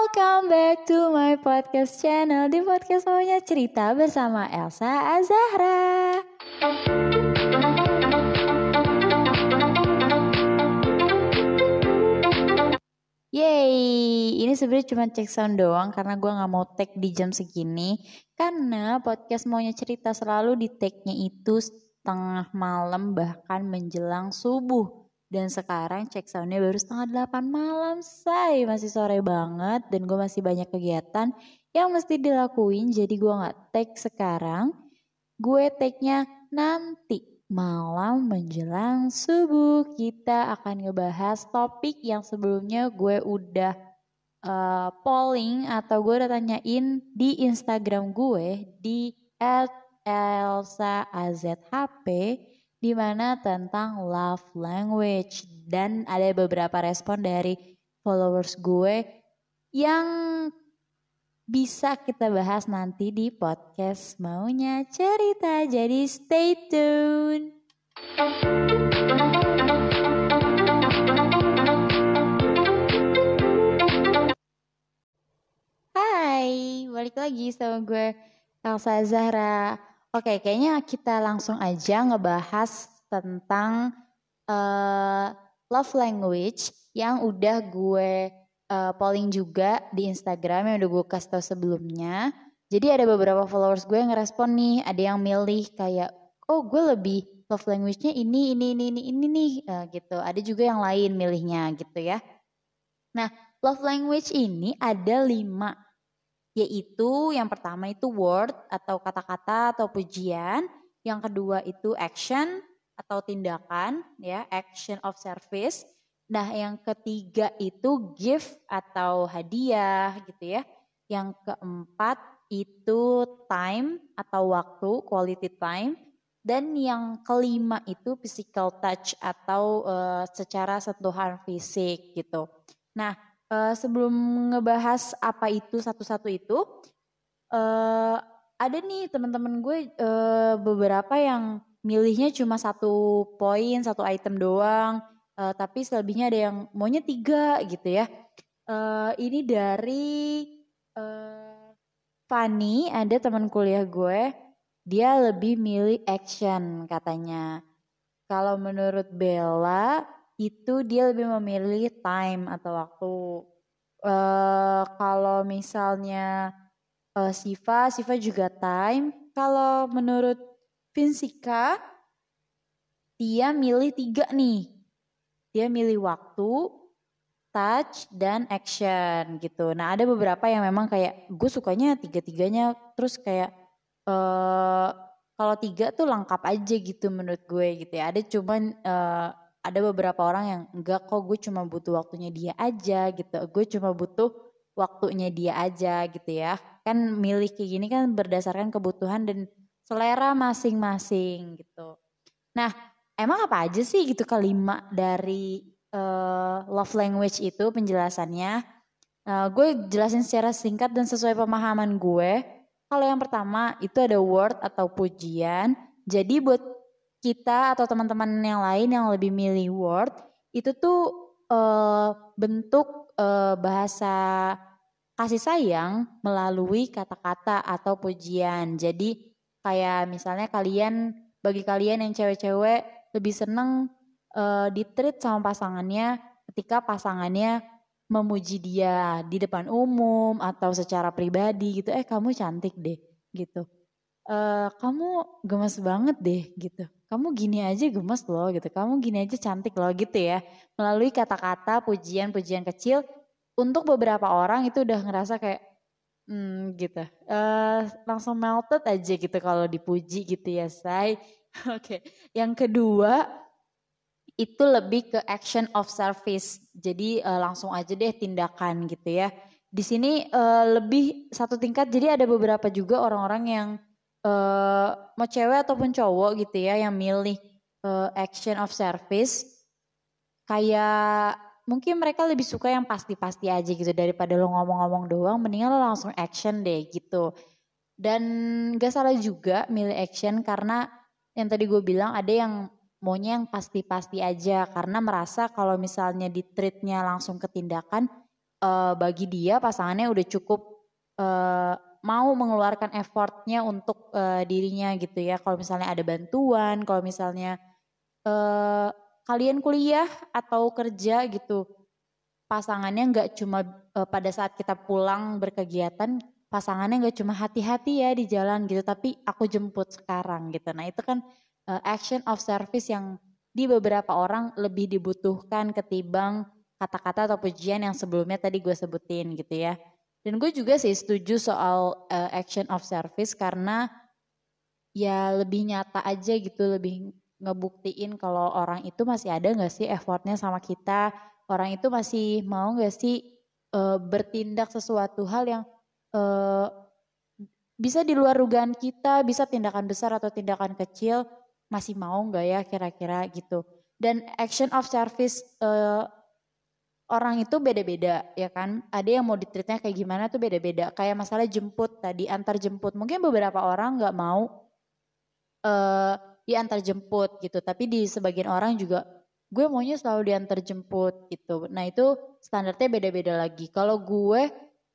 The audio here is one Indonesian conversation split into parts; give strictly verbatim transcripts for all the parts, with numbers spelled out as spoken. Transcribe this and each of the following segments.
Welcome back to my podcast channel. Di podcast maunya cerita bersama Elsa Azahra. Yeay, ini sebenarnya cuma cek sound doang karena gue gak mau tag di jam segini. Karena podcast maunya cerita selalu di tagnya itu setengah malam bahkan menjelang subuh. Dan sekarang cek soundnya baru setengah delapan malam, say. Masih sore banget dan gue masih banyak kegiatan yang mesti dilakuin. Jadi gue gak tag sekarang, gue tagnya nanti. Malam menjelang subuh kita akan ngebahas topik yang sebelumnya gue udah uh, polling atau gue udah tanyain di Instagram gue di et elsa azhp di mana tentang love language, dan ada beberapa respon dari followers gue yang bisa kita bahas nanti di podcast maunya cerita. Jadi stay tune. Hai, balik lagi sama gue Elsa Zahra. Oke, kayaknya kita langsung aja ngebahas tentang uh, love language yang udah gue uh, polling juga di Instagram yang udah gue kasih tau sebelumnya. Jadi ada beberapa followers gue yang ngerespon nih, ada yang milih kayak, oh gue lebih love language-nya ini, ini, ini, ini, ini nih, uh, gitu. Ada juga yang lain milihnya gitu ya. Nah, love language ini ada lima, yaitu yang pertama itu word atau kata-kata atau pujian, yang kedua itu action atau tindakan, ya, action of service. Nah, yang ketiga itu gift atau hadiah gitu ya. Yang keempat itu time atau waktu, quality time. Dan yang kelima itu physical touch atau uh, secara sentuhan fisik gitu. Nah, uh, sebelum ngebahas apa itu satu-satu itu, uh, ada nih teman-teman gue uh, beberapa yang milihnya cuma satu poin, satu item doang, uh, tapi selebihnya ada yang maunya tiga gitu ya. Uh, ini dari uh, Fanny, ada teman kuliah gue, dia lebih milih action katanya. Kalau menurut Bella itu dia lebih memilih time atau waktu. Uh, kalau misalnya uh, Siva, Siva juga time. Kalau menurut Vinsika, dia milih tiga nih. Dia milih waktu, touch, dan action gitu. Nah, ada beberapa yang memang kayak gue sukanya tiga-tiganya, terus kayak uh, kalau tiga tuh lengkap aja gitu menurut gue gitu ya. Ada cuman uh, ada beberapa orang yang enggak kok, gue cuma butuh waktunya dia aja gitu. Gue cuma butuh waktunya dia aja gitu ya. Kan milih kayak gini kan berdasarkan kebutuhan dan selera masing-masing gitu. Nah, emang apa aja sih gitu kelima dari uh, love language itu penjelasannya? Uh, gue jelasin secara singkat dan sesuai pemahaman gue. Kalau yang pertama itu ada word atau pujian. Jadi buat kita atau teman-teman yang lain yang lebih milih word, itu tuh uh, bentuk uh, bahasa kasih sayang melalui kata-kata atau pujian. Jadi kayak misalnya kalian, bagi kalian yang cewek-cewek lebih seneng uh, di-treat sama pasangannya ketika pasangannya memuji dia di depan umum atau secara pribadi gitu. Eh kamu cantik deh gitu. Uh, kamu gemes banget deh gitu. Kamu gini aja gemes loh gitu. Kamu gini aja cantik loh gitu ya. Melalui kata-kata pujian-pujian kecil, untuk beberapa orang itu udah ngerasa kayak hmm gitu. Uh, langsung melted aja gitu kalau dipuji gitu ya, say. Oke. Okay. Yang kedua itu lebih ke action of service. Jadi uh, langsung aja deh tindakan gitu ya. Di sini uh, lebih satu tingkat. Jadi ada beberapa juga orang-orang yang uh, mau cewek ataupun cowok gitu ya yang milih uh, action of service. Kayak mungkin mereka lebih suka yang pasti-pasti aja gitu daripada lo ngomong-ngomong doang. Mendingan lo langsung action deh gitu. Dan gak salah juga milih action karena yang tadi gue bilang ada yang maunya yang pasti-pasti aja karena merasa kalau misalnya di treatnya langsung ke tindakan uh, bagi dia pasangannya udah cukup uh, mau mengeluarkan effortnya untuk uh, dirinya gitu ya. Kalau misalnya ada bantuan, kalau misalnya uh, kalian kuliah atau kerja gitu, pasangannya nggak cuma uh, pada saat kita pulang berkegiatan, pasangannya nggak cuma hati-hati ya di jalan gitu, tapi aku jemput sekarang gitu. Nah itu kan uh, action of service yang di beberapa orang lebih dibutuhkan ketimbang kata-kata atau pujian yang sebelumnya tadi gue sebutin gitu ya. Dan gue juga sih setuju soal uh, action of service karena ya lebih nyata aja gitu, lebih ngebuktiin kalau orang itu masih ada gak sih effortnya sama kita, orang itu masih mau gak sih uh, bertindak sesuatu hal yang uh, bisa di luar dugaan kita, bisa tindakan besar atau tindakan kecil, masih mau gak ya kira-kira gitu. Dan action of service uh, orang itu beda-beda ya kan. Ada yang mau ditreatnya kayak gimana tuh beda-beda. Kayak masalah jemput tadi, antar jemput. Mungkin beberapa orang gak mau uh, diantar jemput gitu. Tapi di sebagian orang juga gue maunya selalu diantar jemput gitu. Nah itu standarnya beda-beda lagi. Kalau gue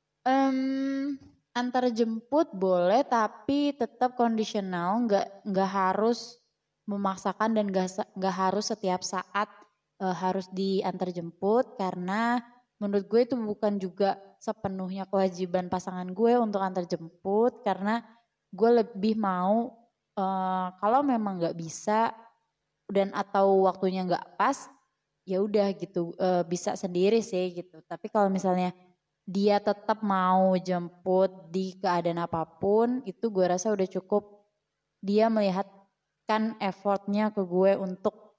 um, antar jemput boleh tapi tetap kondisional, nggak nggak harus memaksakan dan nggak nggak harus setiap saat uh, harus diantar jemput karena menurut gue itu bukan juga sepenuhnya kewajiban pasangan gue untuk antar jemput karena gue lebih mau uh, kalau memang nggak bisa dan atau waktunya nggak pas ya udah gitu uh, bisa sendiri sih gitu. Tapi kalau misalnya dia tetap mau jemput di keadaan apapun, itu gue rasa udah cukup dia melihatkan effortnya ke gue untuk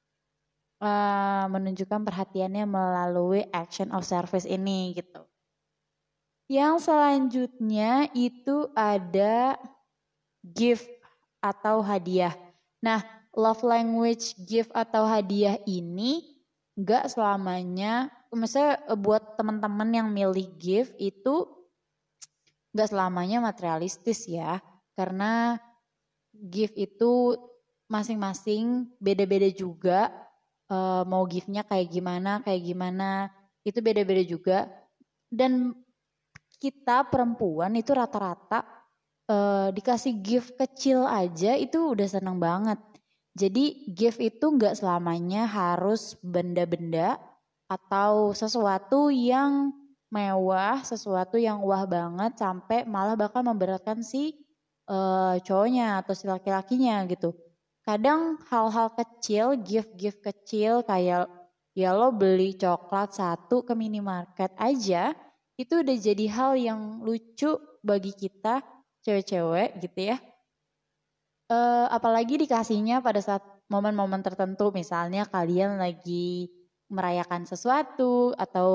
uh, menunjukkan perhatiannya melalui action of service ini gitu. Yang selanjutnya itu ada gift atau hadiah. Nah, love language gift atau hadiah ini gak selamanya, misalnya buat teman-teman yang milih gift itu gak selamanya materialistis ya. Karena gift itu masing-masing beda-beda juga. E, mau giftnya kayak gimana, kayak gimana, itu beda-beda juga. Dan kita perempuan itu rata-rata e, dikasih gift kecil aja itu udah seneng banget. Jadi gift itu gak selamanya harus benda-benda atau sesuatu yang mewah, sesuatu yang wah banget sampai malah bakal memberatkan si uh, cowoknya atau si laki-lakinya gitu. Kadang hal-hal kecil, gift-gift kecil kayak ya lo beli coklat satu ke minimarket aja itu udah jadi hal yang lucu bagi kita cewek-cewek gitu ya. Uh, apalagi dikasihnya pada saat momen-momen tertentu, misalnya kalian lagi merayakan sesuatu atau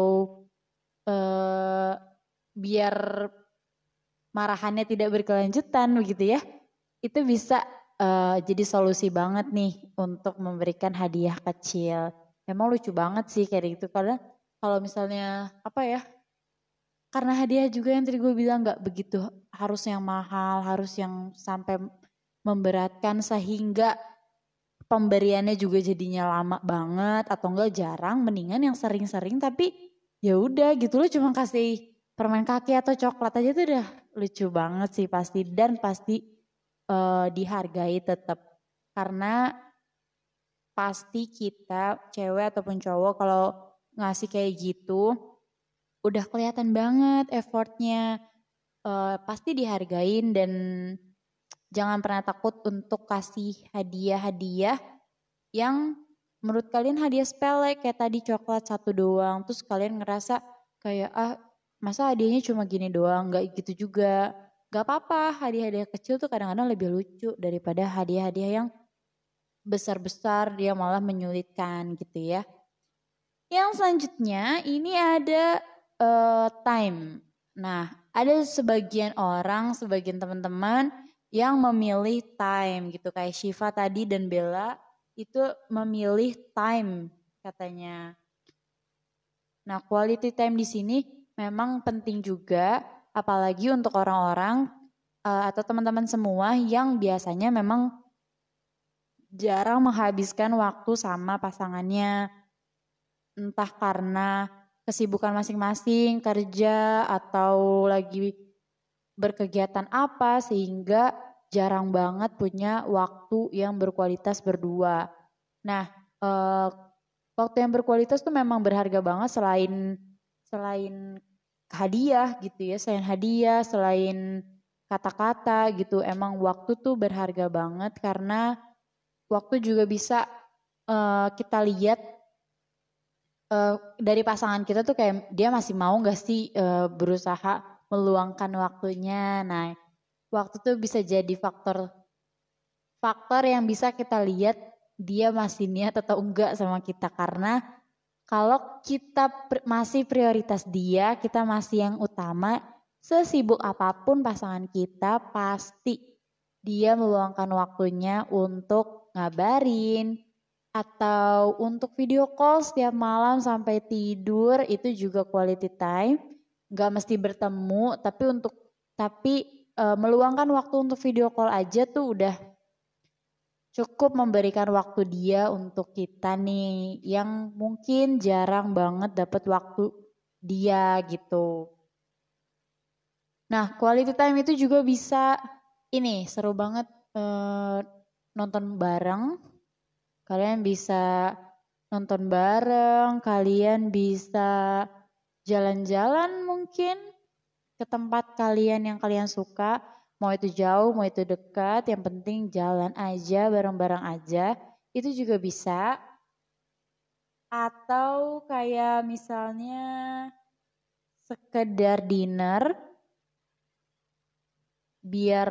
uh, biar marahannya tidak berkelanjutan begitu ya, itu bisa uh, jadi solusi banget nih untuk memberikan hadiah kecil. Emang lucu banget sih kayak gitu, karena kalau misalnya apa ya, karena hadiah juga yang tadi gue bilang gak begitu harus yang mahal, harus yang sampai memberatkan sehingga pemberiannya juga jadinya lama banget atau enggak jarang, mendingan yang sering-sering tapi ya udah gitu lo cuma kasih permen kaki atau coklat aja tuh udah lucu banget sih pasti dan pasti uh, dihargai tetap karena pasti kita cewek ataupun cowok kalau ngasih kayak gitu udah kelihatan banget effortnya, uh, pasti dihargain dan jangan pernah takut untuk kasih hadiah-hadiah yang menurut kalian hadiah sepele kayak tadi coklat satu doang. Terus kalian ngerasa kayak ah masa hadiahnya cuma gini doang, gak gitu juga. Gak apa-apa, hadiah-hadiah kecil tuh kadang-kadang lebih lucu daripada hadiah-hadiah yang besar-besar dia malah menyulitkan gitu ya. Yang selanjutnya ini ada uh, time. Nah ada sebagian orang, sebagian teman-teman yang memilih time gitu kayak Shiva tadi dan Bella itu memilih time katanya. Nah, quality time di sini memang penting juga apalagi untuk orang-orang uh, atau teman-teman semua yang biasanya memang jarang menghabiskan waktu sama pasangannya. Entah karena kesibukan masing-masing, kerja atau lagi berkegiatan apa sehingga jarang banget punya waktu yang berkualitas berdua. Nah, eh, waktu yang berkualitas tuh memang berharga banget selain selain hadiah gitu ya, selain hadiah, selain kata-kata gitu. Emang waktu tuh berharga banget karena waktu juga bisa eh, kita lihat eh, dari pasangan kita tuh kayak dia masih mau gak sih eh, berusaha meluangkan waktunya. Nah, waktu tuh bisa jadi faktor faktor yang bisa kita lihat dia masih niat atau enggak sama kita karena kalau kita masih prioritas dia, kita masih yang utama, sesibuk apapun pasangan kita pasti dia meluangkan waktunya untuk ngabarin atau untuk video call setiap malam sampai tidur, itu juga quality time. Gak mesti bertemu, tapi untuk tapi e, meluangkan waktu untuk video call aja tuh udah cukup memberikan waktu dia untuk kita nih yang mungkin jarang banget dapat waktu dia gitu. Nah, quality time itu juga bisa ini seru banget eh, nonton bareng. Kalian bisa nonton bareng, kalian bisa jalan-jalan mungkin ke tempat kalian yang kalian suka. Mau itu jauh, mau itu dekat, yang penting jalan aja, bareng-bareng aja. Itu juga bisa. Atau kayak misalnya sekedar dinner, biar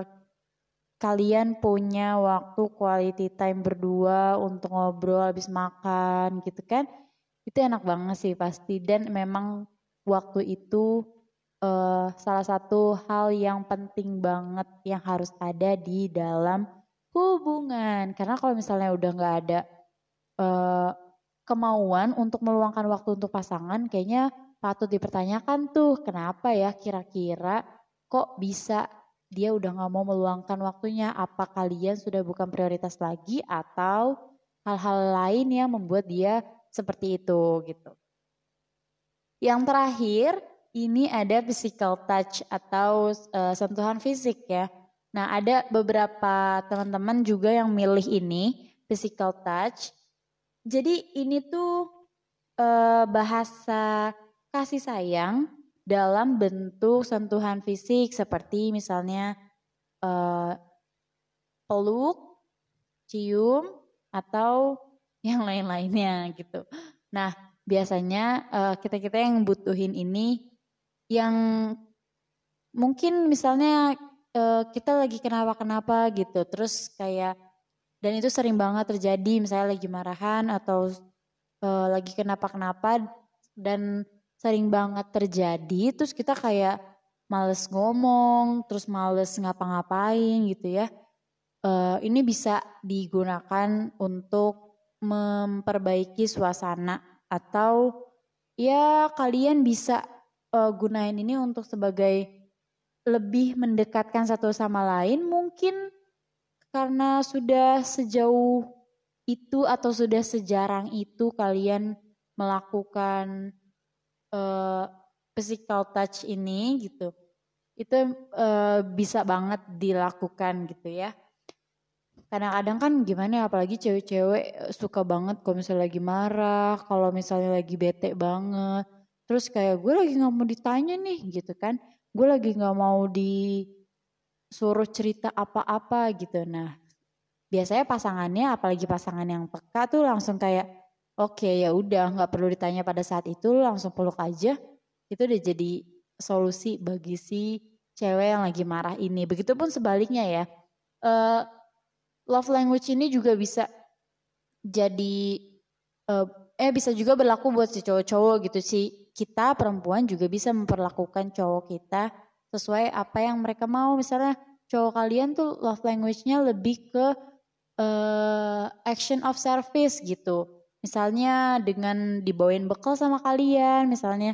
kalian punya waktu quality time berdua untuk ngobrol habis makan gitu kan. Itu enak banget sih pasti. Dan memang waktu itu Uh, salah satu hal yang penting banget yang harus ada di dalam hubungan. Karena kalau misalnya udah gak ada uh, kemauan untuk meluangkan waktu untuk pasangan, kayaknya patut dipertanyakan tuh kenapa ya kira-kira kok bisa dia udah gak mau meluangkan waktunya. Apa kalian sudah bukan prioritas lagi atau hal-hal lain yang membuat dia seperti itu gitu. Yang terakhir, ini ada physical touch atau uh, sentuhan fisik ya. Nah, ada beberapa teman-teman juga yang milih ini, physical touch. Jadi ini tuh uh, bahasa kasih sayang dalam bentuk sentuhan fisik seperti misalnya uh, peluk, cium, atau yang lain-lainnya gitu. Nah, biasanya uh, kita-kita yang butuhin ini yang mungkin misalnya uh, kita lagi kenapa-kenapa gitu, terus kayak dan itu sering banget terjadi misalnya lagi marahan atau uh, lagi kenapa-kenapa dan sering banget terjadi, terus kita kayak males ngomong, terus males ngapa-ngapain gitu ya. Uh, ini bisa digunakan untuk memperbaiki suasana atau ya kalian bisa uh, gunain ini untuk sebagai lebih mendekatkan satu sama lain mungkin karena sudah sejauh itu atau sudah sejarang itu kalian melakukan uh, physical touch ini gitu. Itu uh, bisa banget dilakukan gitu ya. Kadang-kadang kan gimana ya, apalagi cewek-cewek suka banget kalau misalnya lagi marah, kalau misalnya lagi bete banget. Terus kayak gue lagi gak mau ditanya nih gitu kan. Gue lagi gak mau disuruh cerita apa-apa gitu. Nah biasanya pasangannya, apalagi pasangan yang peka tuh langsung kayak oke okay, ya udah gak perlu ditanya pada saat itu, langsung peluk aja. Itu udah jadi solusi bagi si cewek yang lagi marah ini. Begitupun sebaliknya ya. Uh, Love language ini juga bisa jadi uh, eh bisa juga berlaku buat si cowok-cowok gitu sih. Kita perempuan juga bisa memperlakukan cowok kita sesuai apa yang mereka mau. Misalnya cowok kalian tuh love language-nya lebih ke uh, action of service gitu. Misalnya dengan dibawain bekal sama kalian, misalnya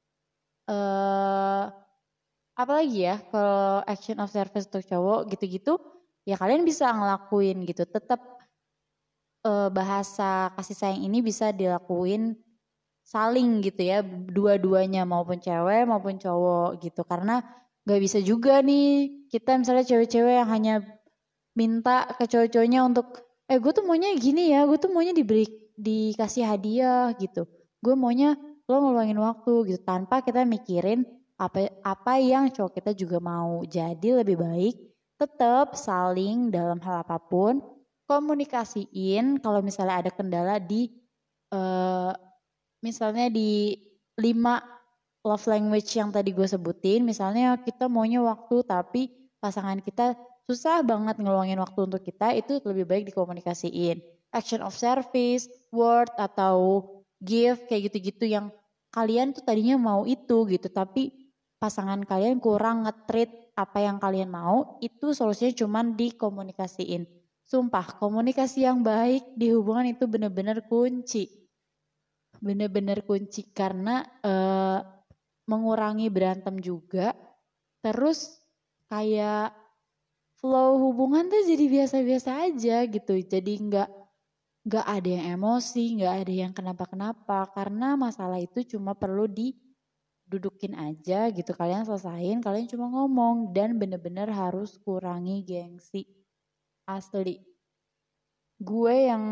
uh, apa lagi ya kalau action of service untuk cowok gitu-gitu. Ya kalian bisa ngelakuin gitu, tetap e, bahasa kasih sayang ini bisa dilakuin saling gitu ya, dua-duanya maupun cewek maupun cowok gitu. Karena gak bisa juga nih kita misalnya cewek-cewek yang hanya minta ke cowok-cowoknya untuk eh gue tuh maunya gini ya, gue tuh maunya diberi dikasih hadiah gitu. Gue maunya lo ngeluangin waktu gitu tanpa kita mikirin apa apa yang cowok kita juga mau. Jadi lebih baik tetap saling dalam hal apapun, komunikasiin kalau misalnya ada kendala di uh, misalnya di lima love language yang tadi gue sebutin, misalnya kita maunya waktu tapi pasangan kita susah banget ngeluangin waktu untuk kita, itu lebih baik dikomunikasiin. Action of service, word atau gift kayak gitu-gitu yang kalian tuh tadinya mau itu gitu, tapi pasangan kalian kurang nge-treat apa yang kalian mau, itu solusinya cuman dikomunikasiin. Sumpah, komunikasi yang baik di hubungan itu bener-bener kunci. Bener-bener kunci karena uh, mengurangi berantem juga. Terus kayak flow hubungan tuh jadi biasa-biasa aja gitu. Jadi nggak nggak ada yang emosi, nggak ada yang kenapa-kenapa. Karena masalah itu cuma perlu didudukin aja gitu. Kalian selesain, kalian cuma ngomong. Dan bener-bener harus kurangi gengsi. Asli. Gue yang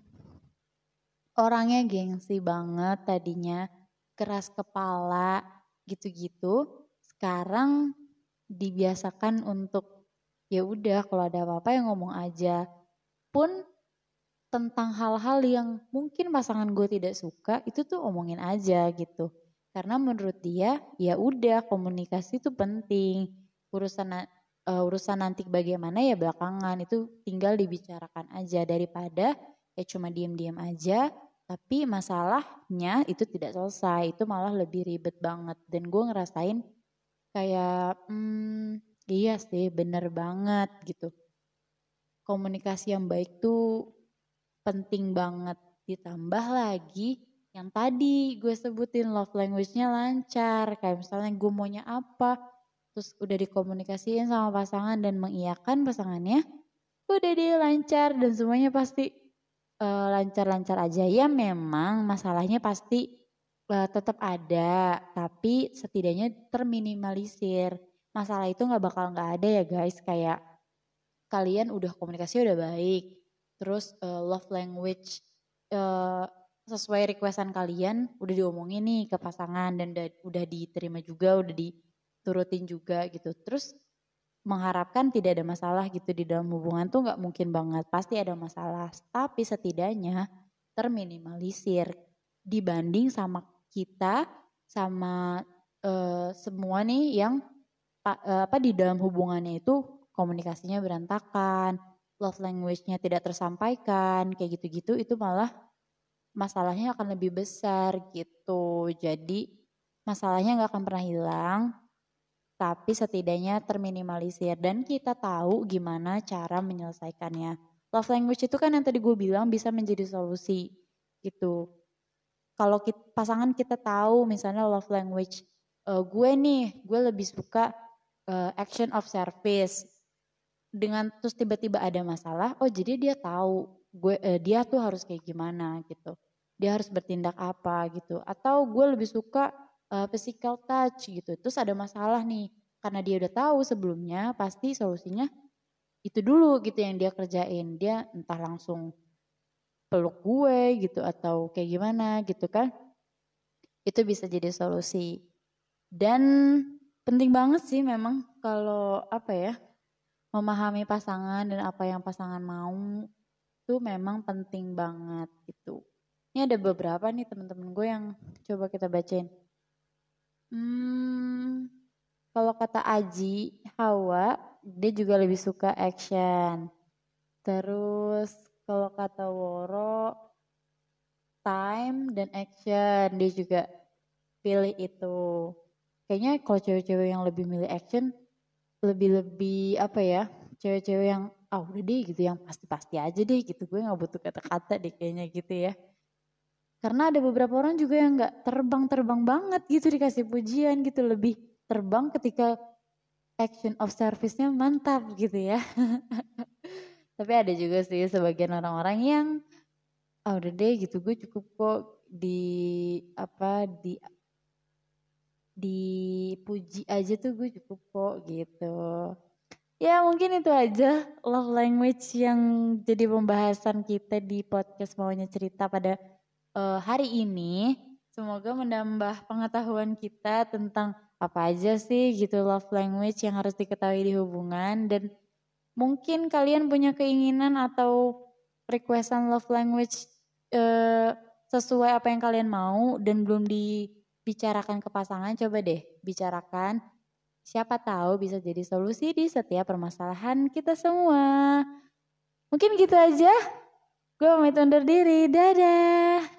orangnya gengsi banget tadinya, keras kepala gitu-gitu. Sekarang dibiasakan untuk ya udah kalau ada apa-apa ya ngomong aja. Pun tentang hal-hal yang mungkin pasangan gue tidak suka, itu tuh omongin aja gitu. Karena menurut dia ya udah komunikasi itu penting. Urusan uh, urusan nanti bagaimana ya belakangan, itu tinggal dibicarakan aja daripada ya cuma diem-diem aja. Tapi masalahnya itu tidak selesai, itu malah lebih ribet banget. Dan gue ngerasain kayak hmm, iya sih bener banget gitu. Komunikasi yang baik tuh penting banget. Ditambah lagi yang tadi gue sebutin love language-nya lancar. Kayak misalnya gue maunya apa, terus udah dikomunikasiin sama pasangan dan mengiyakan pasangannya, udah dia lancar dan semuanya pasti uh, lancar-lancar aja. Ya memang masalahnya pasti uh, tetap ada, tapi setidaknya terminimalisir. Masalah itu gak bakal gak ada ya guys, kayak kalian udah komunikasi udah baik, terus uh, love language uh, sesuai requestan kalian udah diomongin nih ke pasangan dan udah, udah diterima juga, udah diturutin juga gitu. Terus mengharapkan tidak ada masalah gitu di dalam hubungan tuh gak mungkin banget, pasti ada masalah. Tapi setidaknya terminimalisir dibanding sama kita, sama uh, semua nih yang uh, apa di dalam hubungannya itu komunikasinya berantakan, love language-nya tidak tersampaikan, kayak gitu-gitu, itu malah masalahnya akan lebih besar gitu. Jadi masalahnya gak akan pernah hilang, tapi setidaknya terminimalisir dan kita tahu gimana cara menyelesaikannya. Love language itu kan yang tadi gue bilang bisa menjadi solusi gitu. Kalau kita, pasangan kita tahu misalnya love language, uh, gue nih, gue lebih suka uh, action of service. Dengan terus tiba-tiba ada masalah, oh jadi dia tahu gue eh, dia tuh harus kayak gimana gitu, dia harus bertindak apa gitu. Atau gue lebih suka uh, physical touch gitu, terus ada masalah nih, karena dia udah tahu sebelumnya, pasti solusinya itu dulu gitu yang dia kerjain. Dia entah langsung peluk gue gitu atau kayak gimana gitu kan, itu bisa jadi solusi. Dan penting banget sih memang kalau apa ya, memahami pasangan dan apa yang pasangan mau itu memang penting banget gitu. Ini ada beberapa nih teman-teman gue yang coba kita bacain. Hmm, kalau kata Aji, Hawa, dia juga lebih suka action. Terus kalau kata Woro, time dan action, dia juga pilih itu. Kayaknya kalau cewek-cewek yang lebih milih action, lebih-lebih apa ya, cewek-cewek yang ah oh, udah deh gitu, yang pasti-pasti aja deh gitu, gue gak butuh kata-kata deh kayaknya gitu ya. Karena ada beberapa orang juga yang gak terbang-terbang banget gitu dikasih pujian gitu, lebih terbang ketika action of service-nya mantap gitu ya. Tapi ada juga sih sebagian orang-orang yang ah oh, udah deh gitu, gue cukup kok di apa di dipuji aja tuh gue cukup kok gitu. Ya mungkin itu aja love language yang jadi pembahasan kita di podcast Maunya Cerita pada uh, hari ini. Semoga menambah pengetahuan kita tentang apa aja sih gitu love language yang harus diketahui di hubungan. Dan mungkin kalian punya keinginan atau requestan love language uh, sesuai apa yang kalian mau dan belum dibicarakan ke pasangan, coba deh bicarakan. Siapa tahu bisa jadi solusi di setiap permasalahan kita semua. Mungkin gitu aja. Gue pamit undur diri. Dadah.